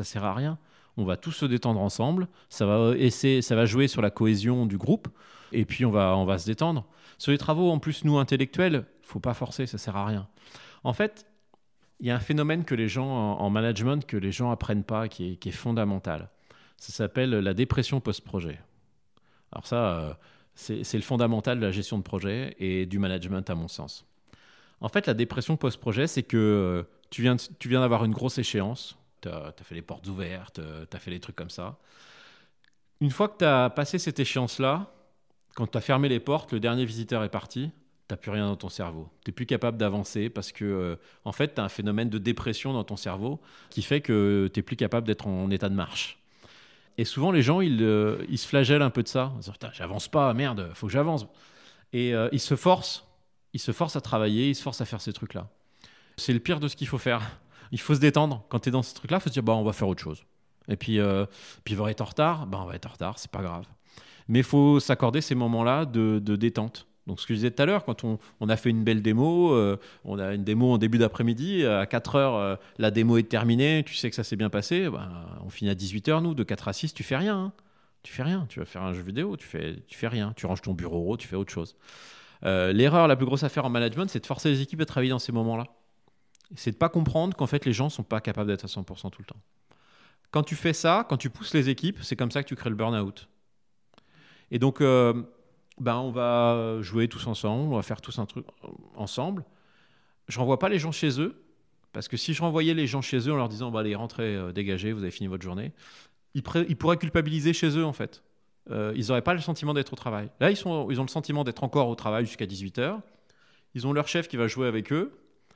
On va tous se détendre ensemble, ça va jouer sur la cohésion du groupe, et puis on va se détendre. Sur les travaux, en plus, nous, intellectuels, faut pas forcer, ça sert à rien. En fait, il y a un phénomène que les gens, en management, que les gens apprennent pas, qui est fondamental. Ça s'appelle la dépression post-projet. Alors ça... c'est le fondamental de la gestion de projet et du management, à mon sens. En fait, la dépression post-projet, c'est que tu viens d'avoir une grosse échéance, tu as fait les portes ouvertes, tu as fait les trucs comme ça. Une fois que tu as passé cette échéance-là, quand tu as fermé les portes, le dernier visiteur est parti, tu n'as plus rien dans ton cerveau. Tu n'es plus capable d'avancer parce que, en fait, tu as un phénomène de dépression dans ton cerveau qui fait que tu n'es plus capable d'être en état de marche. Et souvent, les gens, ils se flagellent un peu de ça. Ils disent, putain, j'avance pas, merde, faut que j'avance. Et ils se forcent à travailler, ils se forcent à faire ces trucs-là. C'est le pire de ce qu'il faut faire. Il faut se détendre. Quand tu es dans ce truc-là, il faut se dire, on va faire autre chose. Et puis il va être en retard, on va être en retard, c'est pas grave. Mais il faut s'accorder ces moments-là de détente. Donc, ce que je disais tout à l'heure, quand on a fait une belle démo, on a une démo en début d'après-midi, à 4 heures, la démo est terminée, tu sais que ça s'est bien passé, on finit à 18 heures, nous, de 4 à 6, tu fais rien. Hein. Tu fais rien, tu vas faire un jeu vidéo, tu fais rien, tu ranges ton bureau, tu fais autre chose. L'erreur la plus grosse à faire en management, c'est de forcer les équipes à travailler dans ces moments-là. C'est de ne pas comprendre qu'en fait, les gens ne sont pas capables d'être à 100% tout le temps. Quand tu fais ça, quand tu pousses les équipes, c'est comme ça que tu crées le burn-out. Et donc... on va jouer tous ensemble, on va faire tous un truc ensemble. Je renvoie pas les gens chez eux, parce que si je renvoyais les gens chez eux en leur disant allez, rentrez, dégagez, vous avez fini votre journée, ils pourraient culpabiliser chez eux en fait. Ils n'auraient pas le sentiment d'être au travail. Là, ils ont le sentiment d'être encore au travail jusqu'à 18h. Ils ont leur chef qui va jouer avec eux.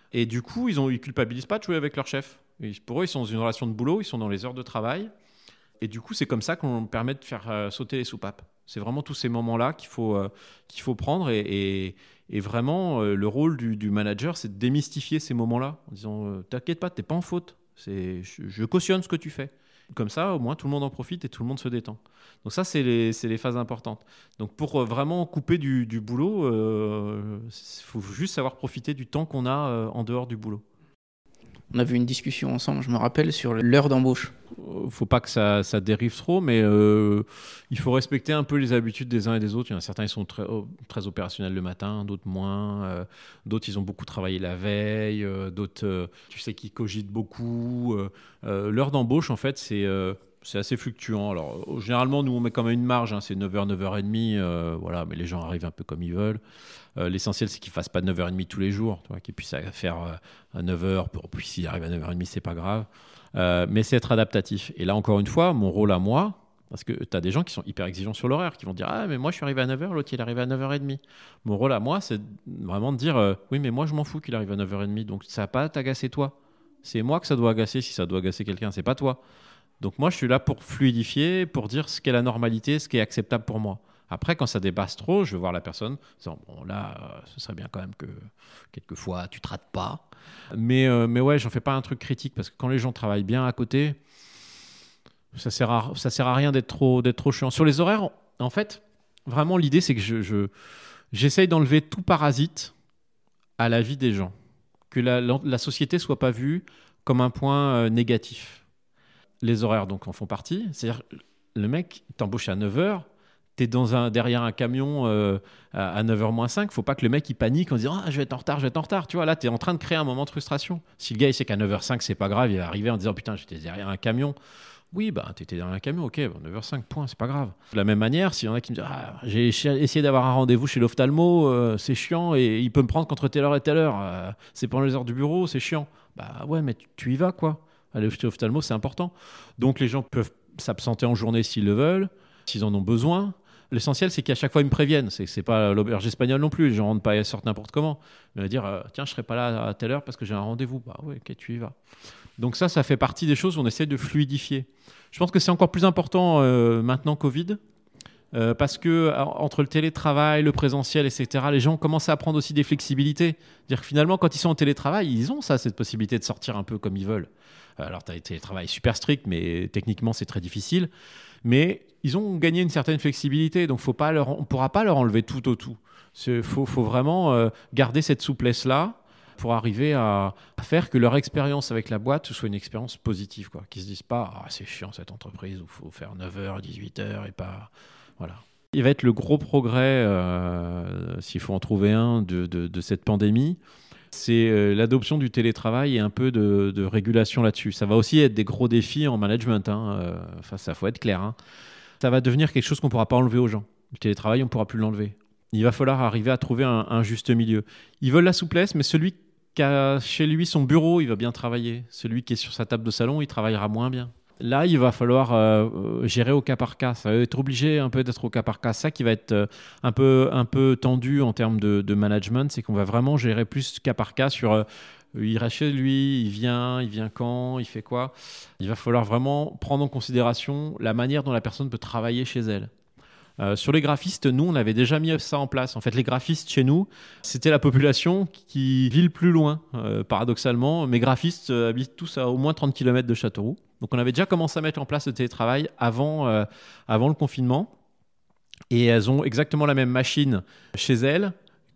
Et du coup, ils culpabilisent pas de jouer avec leur chef. Et pour eux, ils sont dans une relation de boulot, ils sont dans les heures de travail. Et du coup, c'est comme ça qu'on permet de faire sauter les soupapes. C'est vraiment tous ces moments-là qu'il faut prendre. Et vraiment, le rôle du manager, c'est de démystifier ces moments-là en disant t'inquiète pas, t'es pas en faute. Je cautionne ce que tu fais. Comme ça, au moins, tout le monde en profite et tout le monde se détend. Donc ça, c'est les phases importantes. Donc pour vraiment couper du boulot, faut juste savoir profiter du temps qu'on a en dehors du boulot.
On avait une discussion ensemble, je me rappelle, sur l'heure d'embauche.
Faut pas que ça dérive trop, mais il faut respecter un peu les habitudes des uns et des autres. Il y en a certains, ils sont très opérationnels le matin, d'autres moins. D'autres, ils ont beaucoup travaillé la veille. D'autres, tu sais, qui cogitent beaucoup. L'heure d'embauche, en fait, c'est assez fluctuant. Alors, généralement, nous, on met quand même une marge. Hein, c'est 9h, 9h30. Voilà, mais les gens arrivent un peu comme ils veulent. L'essentiel, c'est qu'ils ne fassent pas 9h30 tous les jours. Tu vois, qu'ils puissent faire à 9h. Puis s'ils arrivent à 9h30, c'est pas grave. Mais c'est être adaptatif. Et là, encore une fois, mon rôle à moi, parce que tu as des gens qui sont hyper exigeants sur l'horaire, qui vont dire ah, mais moi, je suis arrivé à 9h, l'autre, il arrive à 9h30. Mon rôle à moi, c'est vraiment de dire oui, mais moi, je m'en fous qu'il arrive à 9h30. Donc, ça va pas t'agacer toi. C'est moi que ça doit agacer si ça doit agacer quelqu'un. C'est pas toi. Donc moi, je suis là pour fluidifier, pour dire ce qu'est la normalité, ce qui est acceptable pour moi. Après, quand ça dépasse trop, je vais voir la personne, disant bon là, ce serait bien quand même que quelquefois tu te rates pas. Mais ouais, j'en fais pas un truc critique parce que quand les gens travaillent bien à côté, ça sert à rien d'être trop chiant. Sur les horaires, en fait, vraiment l'idée c'est que j'essaye d'enlever tout parasite à la vie des gens, que la société soit pas vue comme un point négatif. Les horaires donc en font partie. C'est-à-dire, le mec t'embauche à 9h, t'es derrière un camion à 9h moins 5, faut pas que le mec il panique en disant je vais être en retard. Tu vois, là, t'es en train de créer un moment de frustration. Si le gars il sait qu'à 9h05, c'est pas grave, il va arriver en disant putain, j'étais derrière un camion. Oui, bah, t'étais derrière un camion, ok, bon, 9h05, point, c'est pas grave. De la même manière, s'il y en a qui me disent j'ai essayé d'avoir un rendez-vous chez l'ophtalmo, c'est chiant et il peut me prendre qu'entre telle heure et telle heure, c'est pendant les heures du bureau, c'est chiant. Bah ouais, mais tu y vas quoi. Aller chez l'ophtalmo, c'est important. Donc les gens peuvent s'absenter en journée s'ils le veulent, s'ils en ont besoin. L'essentiel, c'est qu'à chaque fois, ils me préviennent. C'est pas l'auberge espagnole non plus. Les gens sortent n'importe comment. Ils vont dire tiens, je serai pas là à telle heure parce que j'ai un rendez-vous. Bah ouais, ok, tu y vas. Donc ça fait partie des choses où on essaie de fluidifier. Je pense que c'est encore plus important maintenant Covid. Parce que entre le télétravail, le présentiel, etc., les gens commencent à prendre aussi des flexibilités. C'est-à-dire que finalement, quand ils sont en télétravail, ils ont cette possibilité de sortir un peu comme ils veulent. Alors, tu as un télétravail super strict, mais techniquement, c'est très difficile. Mais ils ont gagné une certaine flexibilité, donc on ne pourra pas leur enlever tout au tout. Il faut vraiment garder cette souplesse-là pour arriver à faire que leur expérience avec la boîte soit une expérience positive, quoi. Qu'ils ne se disent pas c'est chiant cette entreprise où il faut faire 9h, 18h et pas... Voilà. Il va être le gros progrès, s'il faut en trouver un, de cette pandémie. C'est l'adoption du télétravail et un peu de régulation là-dessus. Ça va aussi être des gros défis en management. Enfin, ça, faut être clair. Hein. Ça va devenir quelque chose qu'on ne pourra pas enlever aux gens. Le télétravail, on ne pourra plus l'enlever. Il va falloir arriver à trouver un juste milieu. Ils veulent la souplesse, mais celui qui a chez lui son bureau, il va bien travailler. Celui qui est sur sa table de salon, il travaillera moins bien. Là, il va falloir gérer au cas par cas. Ça va être obligé un peu d'être au cas par cas. Ça qui va être un peu tendu en termes de management, c'est qu'on va vraiment gérer plus cas par cas sur il reste chez lui, il vient quand, il fait quoi. Il va falloir vraiment prendre en considération la manière dont la personne peut travailler chez elle. Sur les graphistes, nous, on avait déjà mis ça en place. En fait, les graphistes chez nous, c'était la population qui vit le plus loin, paradoxalement. Mes graphistes habitent tous à au moins 30 km de Châteauroux. Donc, on avait déjà commencé à mettre en place le télétravail avant le confinement. Et elles ont exactement la même machine chez elles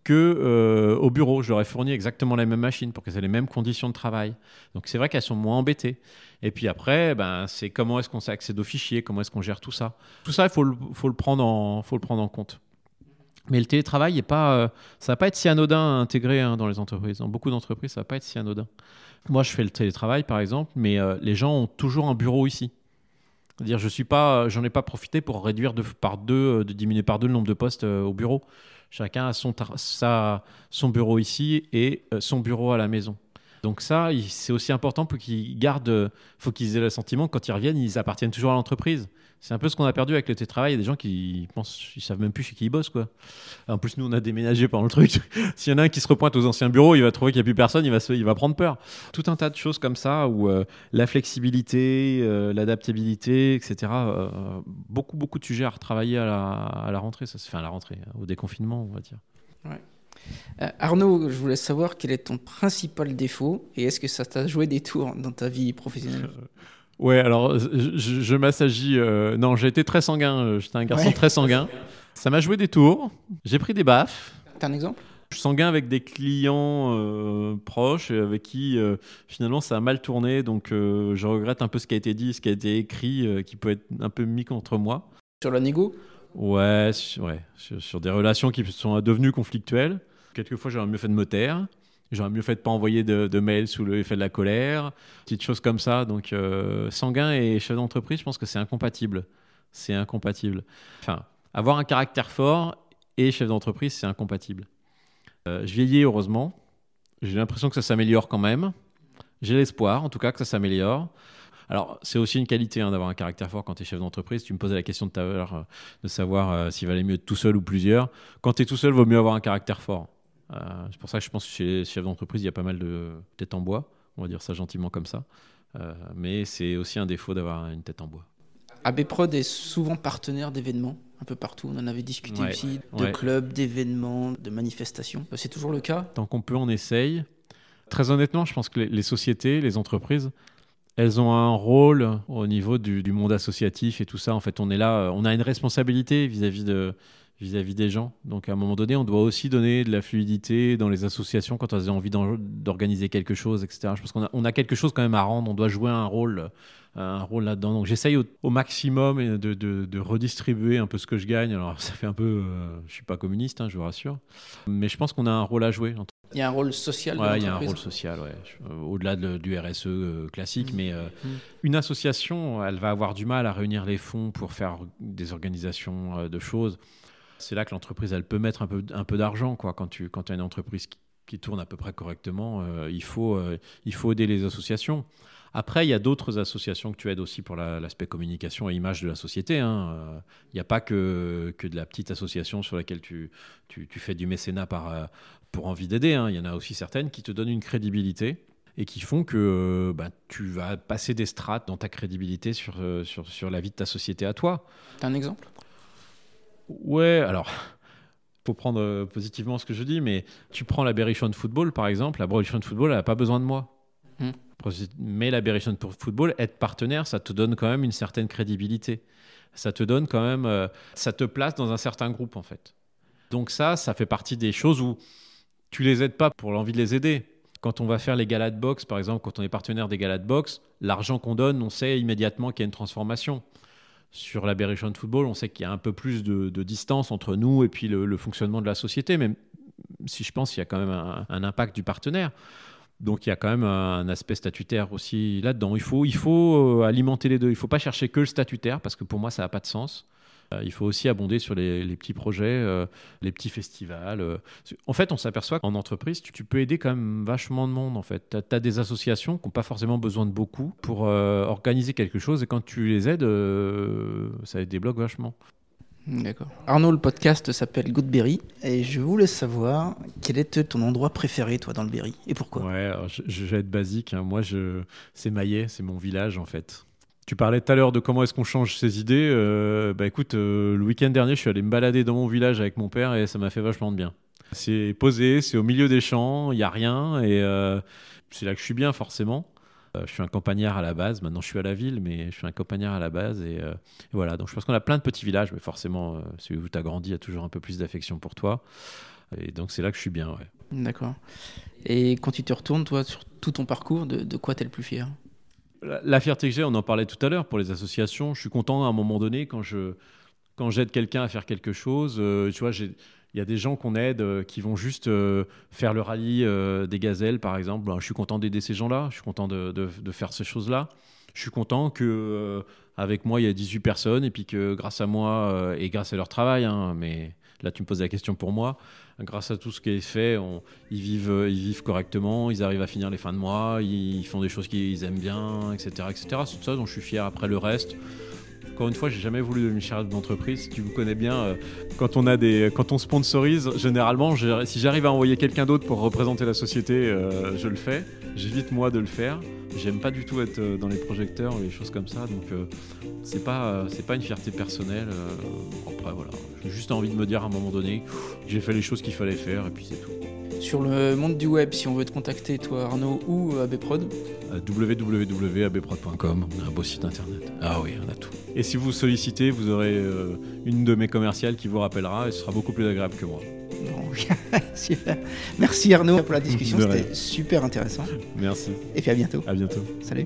qu'au bureau. Je leur ai fourni exactement la même machine pour qu'elles aient les mêmes conditions de travail. Donc, c'est vrai qu'elles sont moins embêtées. Et puis après, c'est comment est-ce qu'on accède aux fichiers, comment est-ce qu'on gère tout ça. Tout ça, il faut le prendre en compte. Mais le télétravail, ça va pas être si anodin à intégrer dans les entreprises. Dans beaucoup d'entreprises, ça va pas être si anodin. Moi, je fais le télétravail, par exemple, mais les gens ont toujours un bureau ici. C'est-à-dire, j'en ai pas profité pour réduire de diminuer par deux le nombre de postes au bureau. Chacun a son bureau ici et son bureau à la maison. Donc ça, c'est aussi important pour qu'ils gardent, faut qu'ils aient le sentiment que quand ils reviennent, ils appartiennent toujours à l'entreprise. C'est un peu ce qu'on a perdu avec le télétravail. Il y a des gens qui pensent, ils savent même plus chez qui ils bossent, quoi. En plus, nous, on a déménagé pendant le truc. S'il y en a un qui se repointe aux anciens bureaux, il va trouver qu'il n'y a plus personne, il va prendre peur. Tout un tas de choses comme ça où la flexibilité, l'adaptabilité, etc. Beaucoup, beaucoup de sujets à retravailler à la rentrée. Ça se fait à la rentrée, au déconfinement, on va dire.
Ouais. Arnaud, je voulais savoir quel est ton principal défaut et est-ce que ça t'a joué des tours dans ta vie professionnelle?
Ouais, alors je m'assagis. Non, j'ai été très sanguin. J'étais un garçon très sanguin. Ça m'a joué des tours. J'ai pris des baffes.
T'as un exemple?
Je suis sanguin avec des clients proches et avec qui finalement ça a mal tourné. Donc je regrette un peu ce qui a été dit, ce qui a été écrit, qui peut être un peu mis contre moi.
Sur la négo?
Ouais, sur des relations qui sont devenues conflictuelles. Quelquefois, j'aurais mieux fait de me taire. J'aurais mieux fait de ne pas envoyer de mails sous l'effet de la colère. Petites choses comme ça. Donc, sanguin et chef d'entreprise, je pense que c'est incompatible. C'est incompatible. Enfin, avoir un caractère fort et chef d'entreprise, c'est incompatible. Je vieillis, heureusement. J'ai l'impression que ça s'améliore quand même. J'ai l'espoir, en tout cas, que ça s'améliore. Alors, c'est aussi une qualité d'avoir un caractère fort quand tu es chef d'entreprise. Tu me posais la question tout à l'heure de savoir s'il valait mieux être tout seul ou plusieurs. Quand tu es tout seul, il vaut mieux avoir un caractère fort. C'est pour ça que je pense que chez les chefs d'entreprise, il y a pas mal de têtes en bois. On va dire ça gentiment comme ça. Mais c'est aussi un défaut d'avoir une tête en bois.
AB Prod est souvent partenaire d'événements, un peu partout. On en avait discuté aussi, de clubs, d'événements, de manifestations. C'est toujours le cas?
Tant qu'on peut, on essaye. Très honnêtement, je pense que les sociétés, les entreprises, elles ont un rôle au niveau du monde associatif et tout ça. En fait, on est là, on a une responsabilité vis-à-vis des gens. Donc, à un moment donné, on doit aussi donner de la fluidité dans les associations quand elles ont envie d'organiser quelque chose, etc. Je pense qu'on a quelque chose quand même à rendre. On doit jouer un rôle là-dedans. Donc, j'essaye au maximum de redistribuer un peu ce que je gagne. Alors, ça fait un peu... je suis pas communiste, je vous rassure. Mais je pense qu'on a un rôle à jouer.
Il y a un rôle social dans
l'entreprise.
l'entreprise.
Il y a un rôle social, au-delà du RSE classique. Mais une association, elle va avoir du mal à réunir les fonds pour faire des organisations de choses. C'est là que l'entreprise, elle peut mettre un peu d'argent, quoi. Quand tu as une entreprise qui tourne à peu près correctement, il faut aider les associations. Après, il y a d'autres associations que tu aides aussi pour l'aspect communication et image de la société. Il n'y a pas que de la petite association sur laquelle tu fais du mécénat pour envie d'aider. Il y en a aussi certaines qui te donnent une crédibilité et qui font que tu vas passer des strates dans ta crédibilité sur la vie de ta société à toi.
Tu as un exemple ?
Ouais, alors... faut prendre positivement ce que je dis, mais tu prends la Berrichon Football, par exemple. La Berrichon Football, elle n'a pas besoin de moi. Mais la Berrichon Football, être partenaire, ça te donne quand même une certaine crédibilité. Ça te donne quand même... ça te place dans un certain groupe, en fait. Donc ça fait partie des choses où tu les aides pas pour l'envie de les aider. Quand on va faire les galas de boxe, par exemple, quand on est partenaire des galas de boxe, l'argent qu'on donne, on sait immédiatement qu'il y a une transformation. Sur la Berrichon Football, on sait qu'il y a un peu plus de distance entre nous et puis le fonctionnement de la société, même si je pense qu'il y a quand même un impact du partenaire. Donc il y a quand même un aspect statutaire aussi là-dedans. Il faut alimenter les deux. Il ne faut pas chercher que le statutaire, parce que pour moi, ça n'a pas de sens. Il faut aussi abonder sur les petits projets, les petits festivals. En fait, on s'aperçoit qu'en entreprise, tu peux aider quand même vachement de monde. En fait, tu as des associations qui n'ont pas forcément besoin de beaucoup pour organiser quelque chose. Et quand tu les aides, ça les débloque vachement.
D'accord. Arnaud, le podcast s'appelle Goodberry. Et je voulais savoir quel était ton endroit préféré, toi, dans le Berry. Et pourquoi ?
Ouais, alors, je vais être basique. Moi, c'est Maillet, c'est mon village, en fait. Tu parlais tout à l'heure de comment est-ce qu'on change ses idées. Écoute, le week-end dernier, je suis allé me balader dans mon village avec mon père et ça m'a fait vachement de bien. C'est posé, c'est au milieu des champs, il n'y a rien et c'est là que je suis bien forcément. Je suis un campagnard à la base, maintenant je suis à la ville, mais je suis un campagnard à la base et voilà. Donc je pense qu'on a plein de petits villages, mais forcément, celui où tu as grandi a toujours un peu plus d'affection pour toi. Et donc c'est là que je suis bien, ouais.
D'accord. Et quand tu te retournes, toi, sur tout ton parcours, de quoi t'es le plus fier ?
La fierté que j'ai, on en parlait tout à l'heure pour les associations. Je suis content à un moment donné quand j'aide quelqu'un à faire quelque chose. Tu vois, il y a des gens qu'on aide qui vont juste faire le rallye des gazelles, par exemple. Je suis content d'aider ces gens-là. Je suis content de faire ces choses-là. Je suis content qu'avec moi, il y a 18 personnes et puis que grâce à moi et grâce à leur travail, mais là tu me poses la question pour moi, grâce à tout ce qui est fait, ils vivent correctement, ils arrivent à finir les fins de mois, ils font des choses qu'ils aiment bien, etc. C'est de ça dont je suis fier. Après le reste, encore une fois, j'ai jamais voulu devenir chef d'entreprise. Si tu me connais bien, quand on sponsorise, généralement, si j'arrive à envoyer quelqu'un d'autre pour représenter la société, je le fais. J'évite moi de le faire. J'aime pas du tout être dans les projecteurs ou les choses comme ça, donc c'est pas une fierté personnelle. Après voilà, j'ai juste envie de me dire à un moment donné, j'ai fait les choses qu'il fallait faire et puis c'est tout.
Sur le monde du web, si on veut te contacter, toi Arnaud ou ABprod,
www.abprod.com, on a un beau site internet. Ah oui, on a tout. Et si vous sollicitez, vous aurez une de mes commerciales qui vous rappellera et ce sera beaucoup plus agréable que moi.
Bon, super. Merci Arnaud pour la discussion, c'était super intéressant.
Merci.
Et puis à bientôt.
À bientôt.
Salut.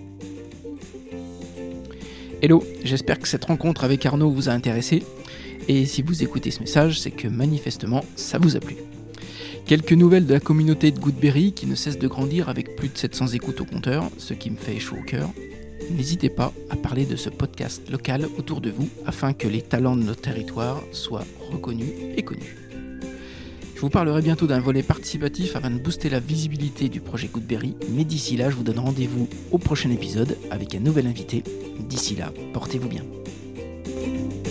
Hello, j'espère que cette rencontre avec Arnaud vous a intéressé. Et si vous écoutez ce message, c'est que manifestement, ça vous a plu. Quelques nouvelles de la communauté de Goodberry qui ne cesse de grandir avec plus de 700 écoutes au compteur, ce qui me fait chaud au cœur. N'hésitez pas à parler de ce podcast local autour de vous afin que les talents de notre territoire soient reconnus et connus. Je vous parlerai bientôt d'un volet participatif afin de booster la visibilité du projet Goodberry, mais d'ici là, je vous donne rendez-vous au prochain épisode avec un nouvel invité. D'ici là, portez-vous bien.